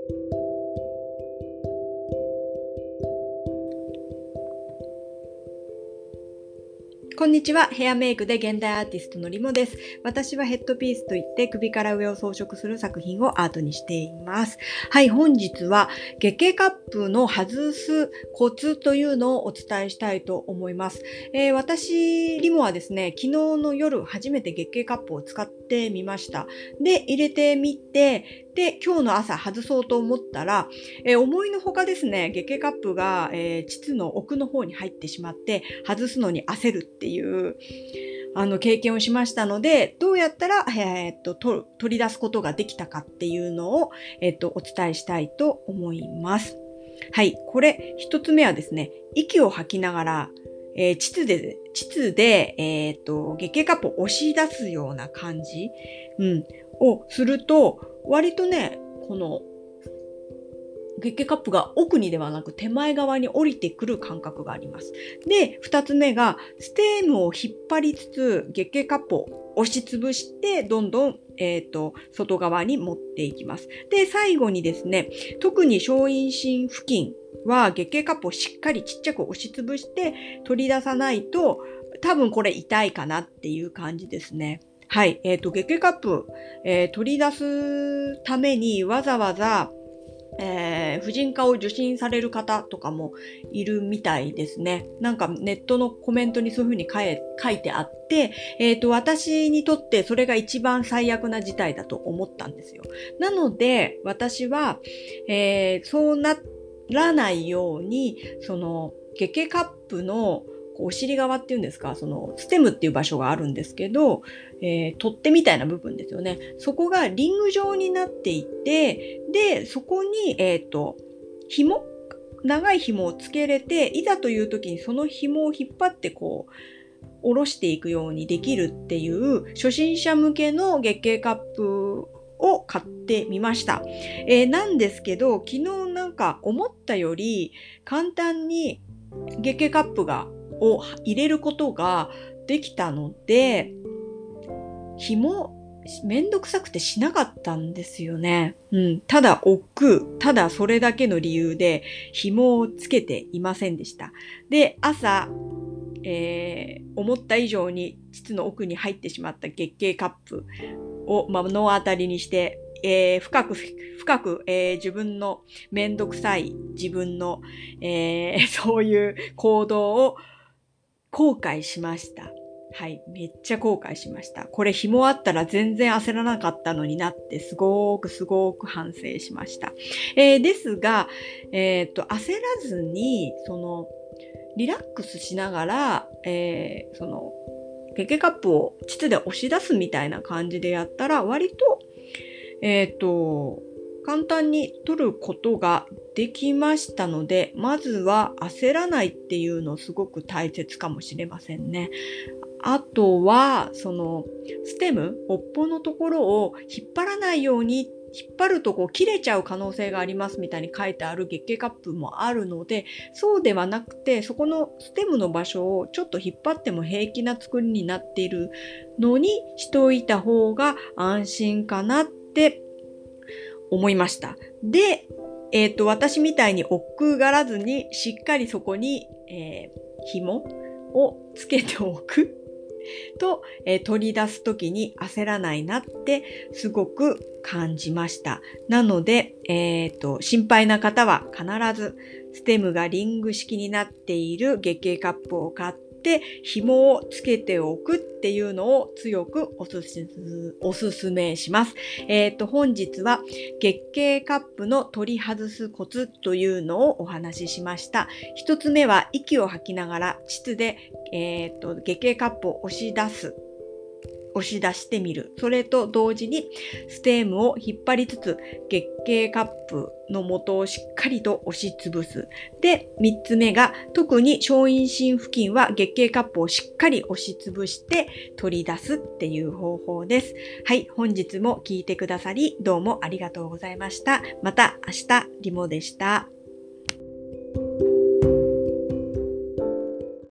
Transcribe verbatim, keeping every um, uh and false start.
こんにちは。ヘアメイクで現代アーティストのリモです。私はヘッドピースといって首から上を装飾する作品をアートにしています。はい、本日は月経カップの外すコツというのをお伝えしたいと思います。えー、私、リモはですね、昨日の夜初めて月経カップを使ってみました。で、入れてみて、で、今日の朝外そうと思ったら、えー、思いのほかですね、月経カップが、えー、膣の奥の方に入ってしまって、外すのに焦るっていう、あの、経験をしましたので、どうやったら、えー、っと、と、取り出すことができたかっていうのを、えー、っと、お伝えしたいと思います。はい、これ、一つ目はですね、息を吐きながら、えー、膣で、膣で、えー、っと、月経カップを押し出すような感じ、うん、をすると、割とね、この、月経カップが奥にではなく手前側に降りてくる感覚があります。で、二つ目が、ステームを引っ張りつつ、月経カップを押しつぶして、どんどん、えっと、外側に持っていきます。で、最後にですね、特に小陰唇付近は月経カップをしっかりちっちゃく押しつぶして取り出さないと、多分これ痛いかなっていう感じですね。はい。えっと、月経カップ、えー、取り出すためにわざわざ、えー、婦人科を受診される方とかもいるみたいですね。なんかネットのコメントにそういうふうに書い、書いてあって、えっと、私にとってそれが一番最悪な事態だと思ったんですよ。なので、私は、えー、そうならないように、その、月経カップのお尻側っていうんですか、そのステムっていう場所があるんですけど、えー、取っ手みたいな部分ですよね。そこがリング状になっていて、で、そこに、えっと、紐長い紐をつけれて、いざという時にその紐を引っ張ってこう、下ろしていくようにできるっていう、初心者向けの月経カップを買ってみました。えー、なんですけど、昨日なんか思ったより簡単に月経カップがを入れることができたので、紐めんどくさくてしなかったんですよね。うん。ただ億劫、ただそれだけの理由で紐をつけていませんでした。で、朝、えー、思った以上に膣の奥に入ってしまった月経カップを目の当たりにして、えー、深く深く、えー、自分のめんどくさい自分の、えー、そういう行動を後悔しました。はい。めっちゃ後悔しました。これ紐あったら全然焦らなかったのになってすごーくすごーく反省しました。えー、ですが、えっと、焦らずに、その、リラックスしながら、えー、その、月経カップを膣で押し出すみたいな感じでやったら、割と、えっと、簡単に取ることができましたので、まずは焦らないっていうのすごく大切かもしれませんね。あとは、その、ステム、尾っぽのところを引っ張らないように、引っ張るとこう切れちゃう可能性がありますみたいに書いてある月経カップもあるので、そうではなくて、そこのステムの場所をちょっと引っ張っても平気な作りになっているのにしといた方が安心かなって思いました。で、えっと、私みたいに億劫がらずにしっかりそこに、えー、紐をつけておくと、えー、取り出すときに焦らないなってすごく感じました。なので、えっと、心配な方は必ずステムがリング式になっている月経カップを買ってで、紐をつけておくっていうのを強くおすす、おすすめします。えっと、本日は月経カップの取り外すコツというのをお話ししました。一つ目は息を吐きながら膣で、えっと、月経カップを押し出す。押し出してみる。それと同時にステームを引っ張りつつ月経カップの元をしっかりと押しつぶす。で、三つ目が特に小陰唇付近は月経カップをしっかり押しつぶして取り出すっていう方法です。はい、本日も聞いてくださりどうもありがとうございました。また明日リモでした。